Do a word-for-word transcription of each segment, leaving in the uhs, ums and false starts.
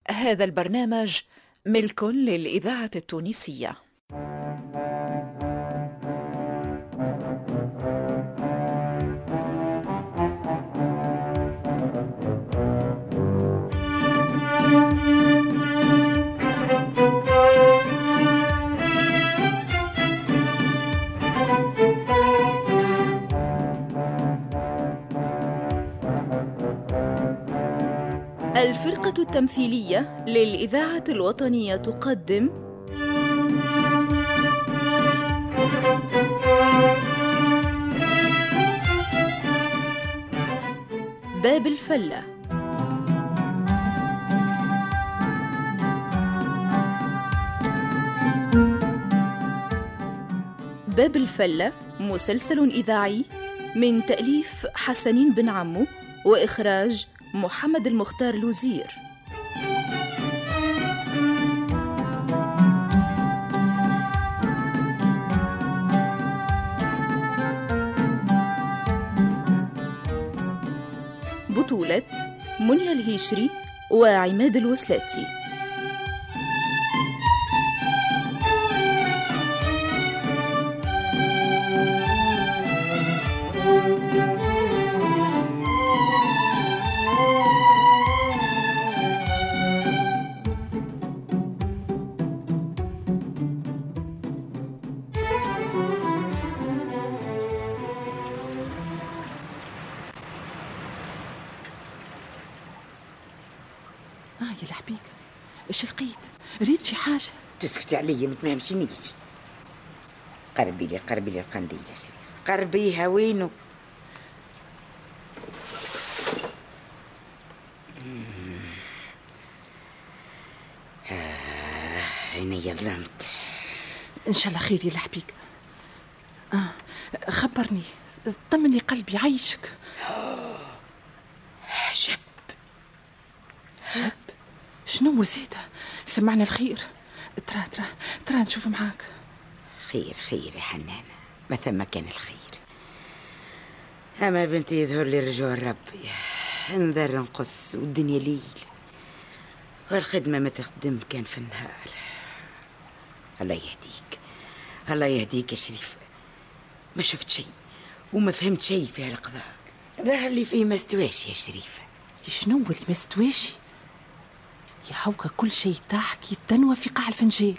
هذا البرنامج ملك للإذاعة التونسية. الفرقة التمثيلية للإذاعة الوطنية تقدم باب الفلة. باب الفلة مسلسل إذاعي من تأليف حسنين بن عمو وإخراج محمد المختار لوزير. بطولة منيا الهيشري وعماد الوسلاتي. آه يا الحبيبة، إيش لقيت؟ ريت شي حاجة؟ تسكتي عليا ما تفهمشنيش. قربي لي قربي لي القنديل يا شريف، قربيها. وينو؟ آه عينيا ظلمت. إن شاء الله خير يا الحبيبة. آه خبرني، طمني قلبي، عايشك. شب شب شنو زيدة؟ سمعنا الخير. ترى ترى ترى نشوف معاك. خير خير يا حنانة، ما ثم كان الخير. أما بنتي يظهر لي رجوع ربي، نذر نقص والدنيا ليل، والخدمة ما تخدم كان في النهار. الله يهديك الله يهديك يا شريف. ما شفت شيء وما فهمت شيء في هالقضاء. راه اللي فيه ما استواش يا شريفة. شنو اللي ما استواشي؟ يا هوكا كل شيء تاعك يتنوى في قاع الفنجال.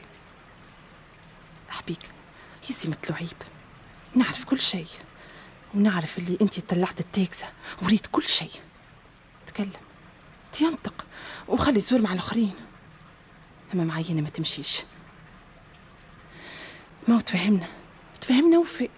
أحبيك يزي مثلو عيب، نعرف كل شيء، ونعرف اللي انتي طلعت التاكسة وريت كل شيء. تكلم تينطق وخلي الزور مع الآخرين، أما معينة ما تمشيش. ما تفهمنا تفهمنا وفي.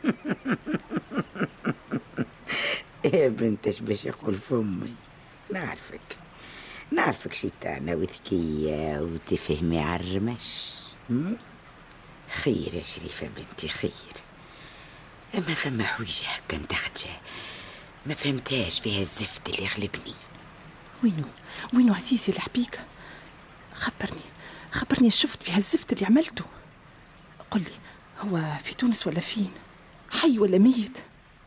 يا بنتش باش يقول فمي، نعرفك نعرفك شيطانة وذكية وتفهمي على الرمش. خير يا شريفة بنتي خير. أما فما حويجة هكا متخدشة ما فهمتهاش فيها الزفت اللي يغلبني. وينو وينو عزيزي الحبيكة؟ خبرني خبرني شفت فيها الزفت اللي عملته. قل لي، هو في تونس ولا فين؟ حي ولا ميت؟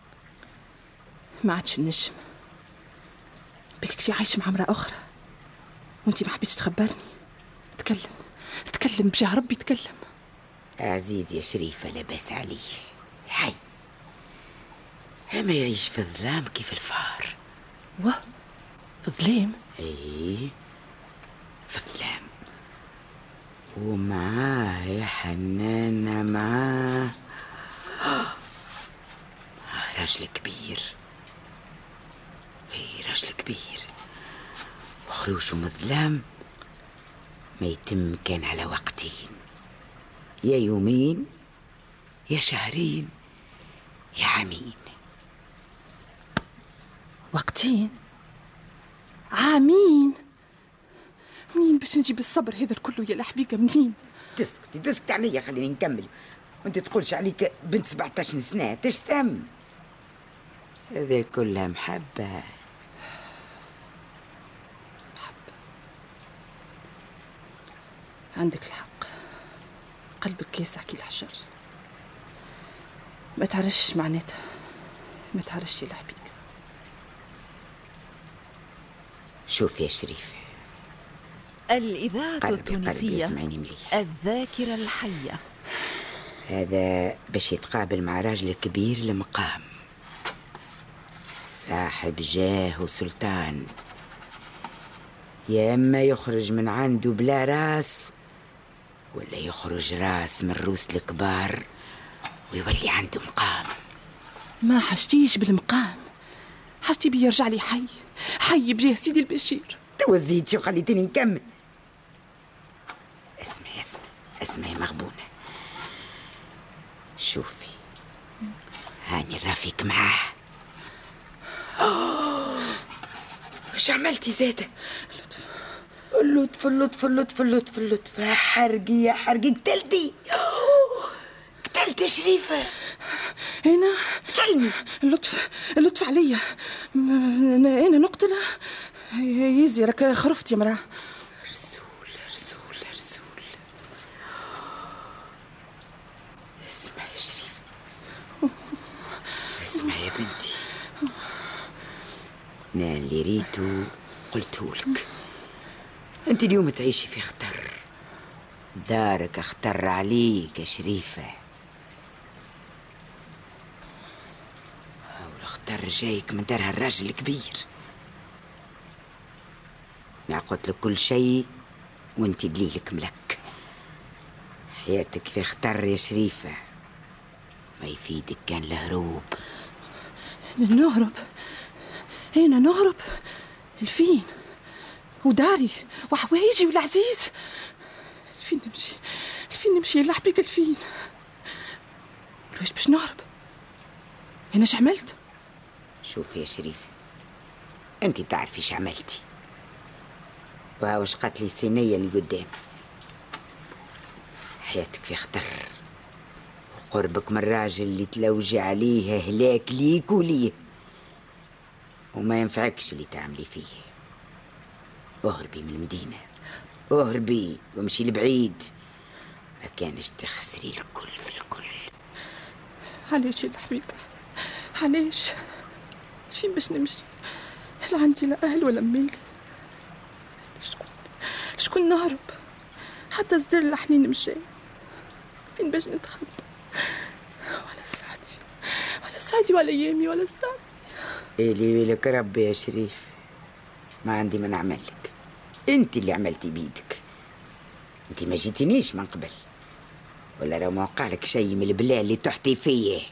ما عادش النجم، بالك شي عايش مع امرأة أخرى وانتي ما حبيتش تخبرني. تكلم تكلم بجاه ربي تكلم. عزيز يا شريفة لا باس عليه، حي، أما يعيش في الظلام كيف الفار. واه في الظلام؟ ايه في الظلام، ومعاه يا حنانة معاه راجل كبير. ايه راجل كبير، وخروجه من الظلام ما يتم كان على وقتين، يا يومين يا شهرين يا عامين. وقتين؟ عامين؟ منين باش نجيب الصبر هذا الكله يا الحبيقة؟ منين؟ تسكتي تسكتي عليا، خليني نكمل. وانت تقولش عليك بنت سبعتاش سنة تشتم؟ هذه كلها محبة. محبة، عندك الحق، قلبك كاسع كي الحجر. ما تعرفش معناتها، ما تعرفش يا الحبيبة. شوف يا شريف، الإذاعة قربي التونسية قربي مليح. الذاكرة الحية. هذا باش يتقابل مع راجل كبير المقام، صاحب جاه وسلطان، يا اما يخرج من عنده بلا راس، ولا يخرج راس من روس الكبار ويولي عنده مقام. ما حشتيش بالمقام، حشتي بي يرجع لي حي حي بجاه سيدي البشير. توا زيد شو خليتني نكمل. اسمعي اسمعي اسمعي مغبونة، شوفي هاني رافيك معاه. وش عملتي زيادة؟ اللطف اللطف اللطف اللطف اللطف يا حرقي يا حرقي، قتلتي قتلتي شريفة. هنا تكلمي. اللطف اللطف عليا، انا انا نقتله يزي لك خرفت يا مراه. رسول رسول رسول. اسمع يا شريفة، اسمع يا بنتي، انا اللي ريتو قلتهولك. انت اليوم تعيشي في خطر، دارك اختر عليك يا شريفة، والخطر جايك من دارها الراجل الكبير. نعقد لك كل شيء وانت دليلك ملك. حياتك في خطر يا شريفة، ما يفيدك كان الهروب. نهرب؟ هنا نهرب؟ الفين وداري وحوايجي والعزيز، الفين نمشي الفين نمشي يا لحبيك الفين. ولوش باش نهرب؟ هنا اش عملت؟ شوفي يا شريفة، انت تعرفي اش عملتي، وهاوش قتلي الثنية اللي قدام. حياتك في خطر، وقربك من الراجل اللي تلوجي عليه هلاك ليك وليه، وما ينفعكش اللي تعملي فيه. اهربي من المدينة، اهربي وامشي لبعيد، ما كانش تخسري الكل في الكل. علاش يا الحبيبة علاش؟ فين باش نمشي؟ لا عندي لا اهل ولا مال، شكون شكون نهرب؟ حتى الزر الحنين مشى، فين باش نتخبى؟ ولا ساعتي ولا ساعتي ولا ايامي ولا ساعتي. إلي ويلك ربي يا شريف، ما عندي ما نعمل لك، انت اللي عملتي بيدك. انت ما جيتنيش من قبل، ولا لو ما وقع لك شيء من البلاء اللي تحتي فيه.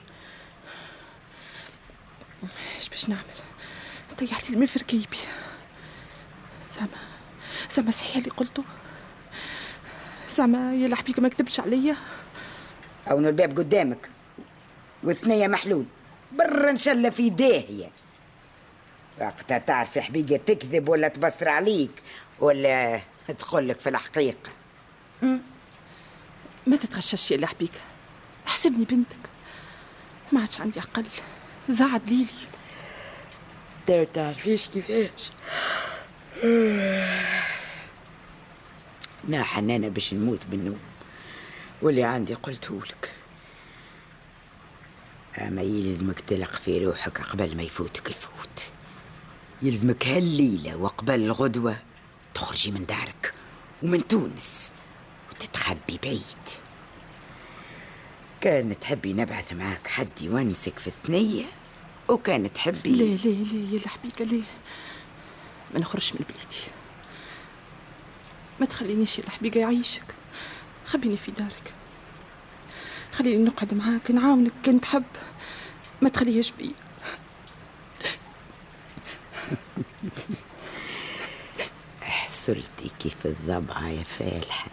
ايش باش نعمل؟ طيحت الماء في ركيبي. زعما زعما صحيح اللي قلته؟ زعما يا لحبيك ما كذبش عليا؟ او الباب قدامك والثنية محلول، برا ان شاء الله في داهية. وقتها تعرف حبيقة تكذب ولا تبصر عليك ولا تقول لك في الحقيقة. ما تتغشش يا لحبيك، احسبني بنتك، ما عادش عندي عقل، ضاع دليلي. ما تعرفيش كيفاش نا حنانة باش نموت بالنوم، واللي عندي قلتهولك. اما يلزمك تلق في روحك قبل ما يفوتك الفوت، يلزمك هالليلة وقبل الغدوة تخرجي من دارك ومن تونس وتتخبي بعيد. كان تحبي نبعث معاك حد يونسك في الثنية، وكان تحبي ليه ليه ليه يا لحبيكة ليه ما نخرجش من بلادي؟ ما تخلينيش يا لحبيكة يعيشك، خبيني في دارك، خليني نقعد معاك نعاونك كنت تحب، ما تخليهاش بي. حصلتي كيف الضبعة يا فالحة.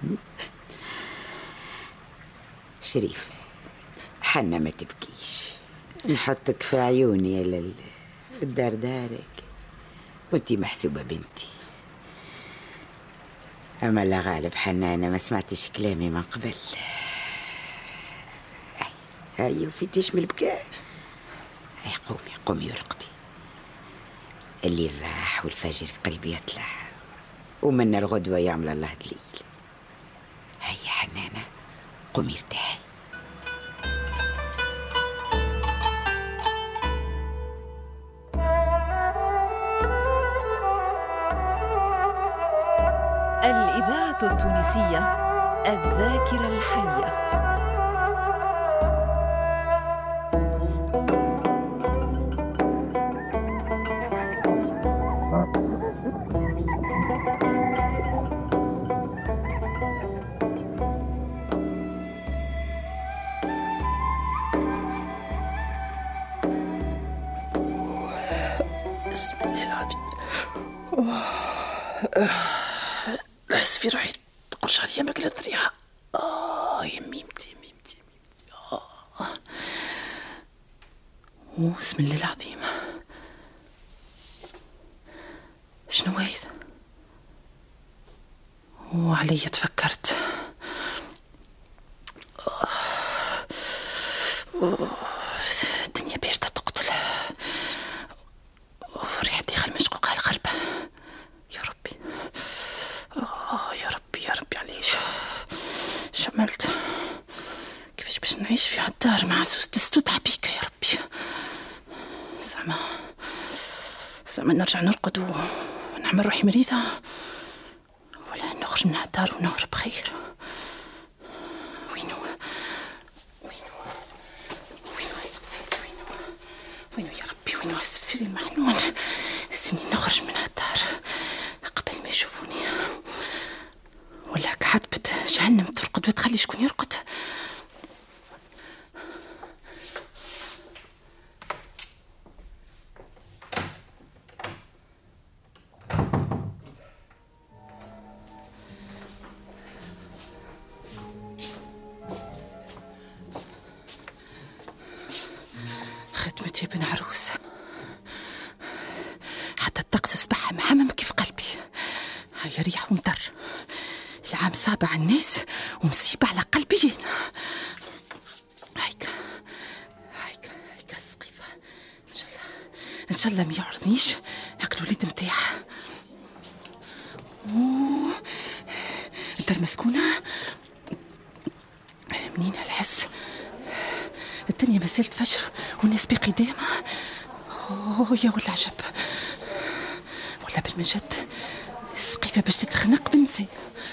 شريفة حنا ما تبكيش، نحطك في عيوني يا الدار دارك، وانتي محسوبة بنتي. أما لا غالب حنانة ما سمعتش كلامي من قبل. هاي وفيتيش من البكاء. هاي قومي قومي ورقدي، اللي راح والفجر قريب يطلع، ومن الغدوة يعمل الله دليل. هاي حنانة قومي ارتاحي. الإذاعة التونسية الذاكرة الحية. بسم الله العظيم. نحس في روحي تقرش عليا ماكلة ريحة. آه يا ميمتي ميمتي ميمتي. آه. بسم الله العظيم. شنو هيدا؟ وعلي تفكرت. آه. الدنيا باردة تقتل، وريحتي خل مشقوقة على الغربة. يا ربي آه يا ربي يا ربي، علاش شملت؟ كيفاش باش نعيش في هالدار مع سوس تستوت عبيكة يا ربي؟ زعما زعما نرجع نرقد ونعمل روحي مريضة، ولا نخرج من هالدار ونهرب خير؟ وينو وينو وينو السبسيل؟ وينو وينو يا ربي؟ وينو السبسيل المحنون؟ لازمني نخرج من هالدار قبل ما يشوفوني، ولا كعتبة جهنم ترقد وتخلي شكون يرقد. خدمتي بن عروس، حتى الطقس صبح محمم كيف قلبي. هيا ريح ومطر، العام صعب على الناس ومصيبة على قلبي. هيك هيك هيك السقيفة، إن شاء الله إن شاء الله ما يعرضنيش هاك الوليد متاعها. الدار مسكونة، منين هالحس؟ الدنيا ما زالت فجر والناس باقي دايمة. أوه يا ولا عجب، ولا بالمجد السقيفة باش تتخنق بنسي.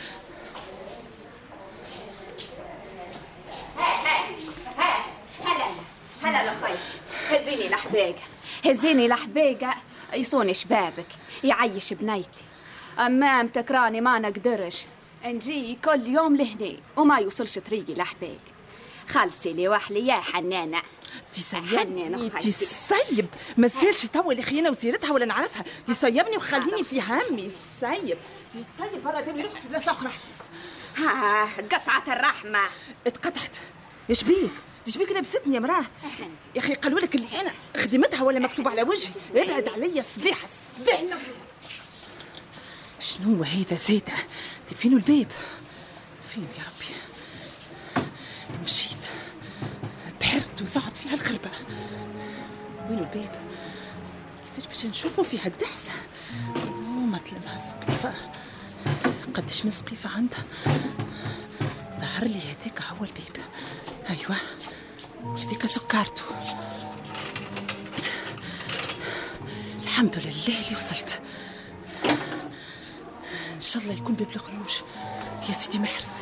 هلا هلا لخيتي، هزيني لحبيقة هزيني لحبيقة يصوني شبابك يعيش بنيتي. أمام تكراني ما نقدرش نجي كل يوم لهني وما يوصلش طريقي لحبيقة. خلصي لي وحلي يا حنانة. تسيبني تسيب، ما تزالش توا اللي خيانة وسيرتها ولا نعرفها. تسيبني وخليني في همي. سيب تسيب برا داوي روحي في بلاصة أخرى. ها قطعت الرحمة. اتقطعت. ايش بيك؟ ايش بيك لابستني يا مراه؟ يا أخي قالوا لك اللي أنا خدمتها ولا مكتوب على وجهي؟ ابعد عليا الصبيح الصبيح. شنو هيدا زيدة؟ فين الباب؟ فين يا ربي؟ مشيت بحرت وضعت في هالخربة. وين الباب؟ كيفاش باش نشوفه في هالدحسة؟ ما تلمها السقيفة. قديش من سقيفة عندها؟ ظهر لي هذاك هو الباب. أيوة هذيك سكرته. الحمد لله اللي وصلت. إن شاء الله يكون باب الخروج يا سيدي محرز.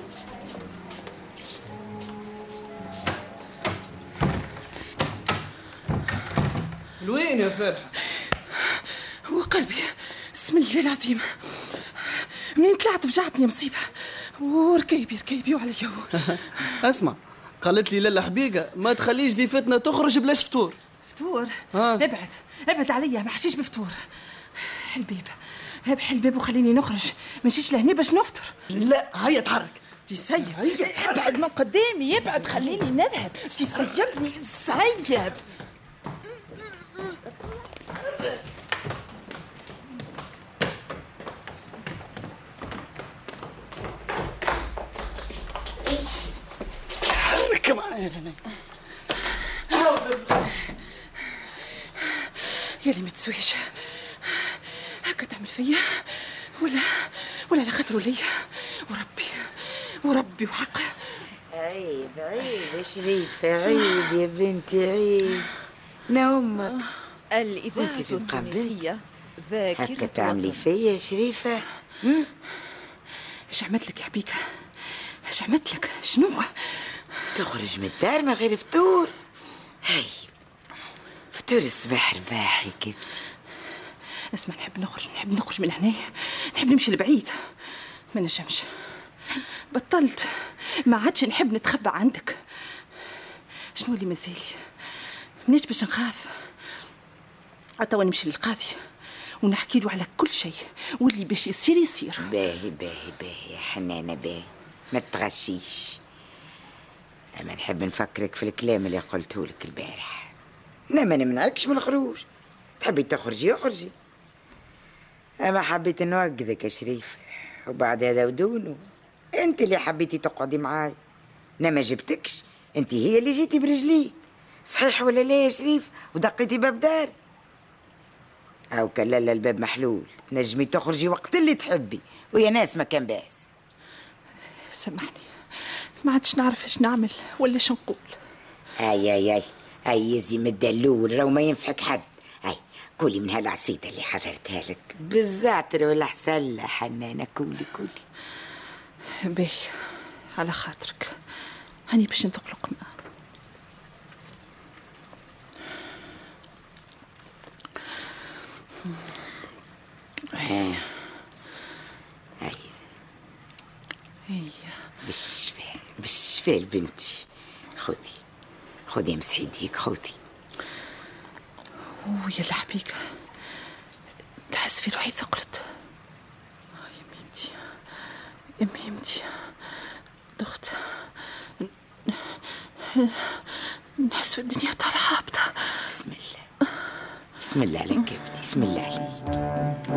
لوين يا فرحة؟ وقلبي بسم الله العظيم، منين طلعت فجعتني مصيبة. وركيبي ركيبي وعليا. اسمع، قالت لي لالا حبيقة ما تخليش ضيفتنا تخرج بلاش فطور. فطور؟ ها. ابعد ابعد عليا، ما حشيش بفطور. الباب ابحي الباب وخليني نخرج، ما نمشيش لهني باش نفطر. لا هيا تحرك. تسيب ابعد من قدامي، ابعد خليني نذهب. تسيبني سيب. تحرك معايا. يلي ما تسويش هكا تعمل فيا، ولا ولا لا خاطر ليا. وربي وربي وحق. عيب عيب شريفة، عيب يا بنتي عيب. نا أمك الإذاعة التونسية ذاكرة هكا تعملي فيا شريفة؟ ايش عملت لك يا حبيكة؟ ايش عملت لك؟ شنو؟ تخرج من الدار من غير فطور؟ هاي فطور الصباح رباح يا كبتي. اسمع، نحب نخرج نحب نخرج من هنا، نحب نمشي لبعيد. ما نجمش، بطلت، ما عادش نحب نتخبى عندك. شنو اللي مازالي؟ منيش باش نخاف. توا نمشي للقاضي ونحكي له على كل شيء، واللي باش يصير يصير. باهي باهي باهي يا حنانة باهي، ما تغشيش. أما نحب نفكرك في الكلام اللي قلته لك البارح. أنا ما نمنعكش من الخروج، تحبي تخرجي اخرجي. أما حبيت نوقذك يا شريف، وبعد هذا ودونه أنت اللي حبيتي تقعدي معاي. أنا ما جبتكش، أنت هي اللي جيتي برجليك. صحيح ولا لا يا شريف؟ ودقيتي باب داري. أو كان لا الباب محلول، تنجمي تخرجي وقت اللي تحبي، ويا ناس ما كان باس. سامحني، ما عادش نعرف ايش نعمل ولا ايش نقول. اي اي اي اي يزي من الدلول، راهو ما ينفعك حد. اي كولي من هالعصيدة اللي حضرتها لك بالزعتر والحسلة. حنانة كولي كولي. باهي على خاطرك، هاني باش نطلق ماء. هي هي بالشفاء بالشفاء لبنتي. خذي خذي امسحي يديك خذي. اوه يا الحبيكة، نحس في روحي ثقلت. آه يا ميمتي يا ميمتي، ضغط، نحس في الدنيا طالعة هابطة. بسم الله بسم الله عليك يا بنتي، بسم الله عليك.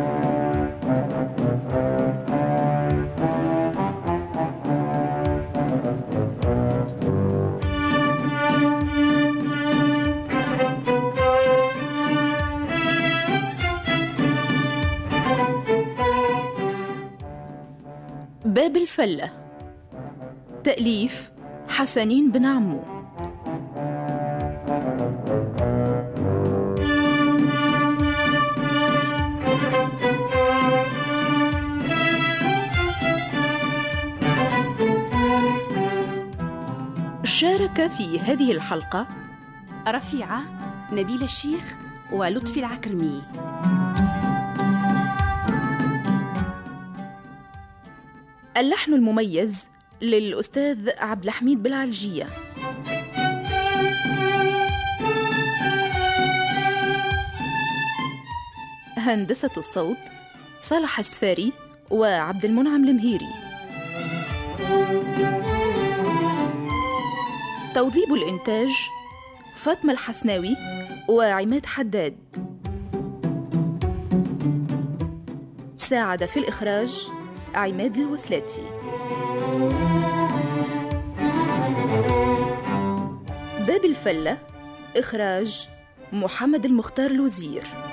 باب الفلة، تأليف حسنين بن عمو. شارك في هذه الحلقة رفيعة، نبيل الشيخ، ولطفي العكرمي. اللحن المميز للأستاذ عبد الحميد بالعلجية. هندسة الصوت صالح السفاري وعبد المنعم المهيري. توظيب الإنتاج فاطمة الحسناوي وعماد حداد. ساعد في الإخراج عماد الوسلاتي. باب الفلة، إخراج محمد المختار لوزير.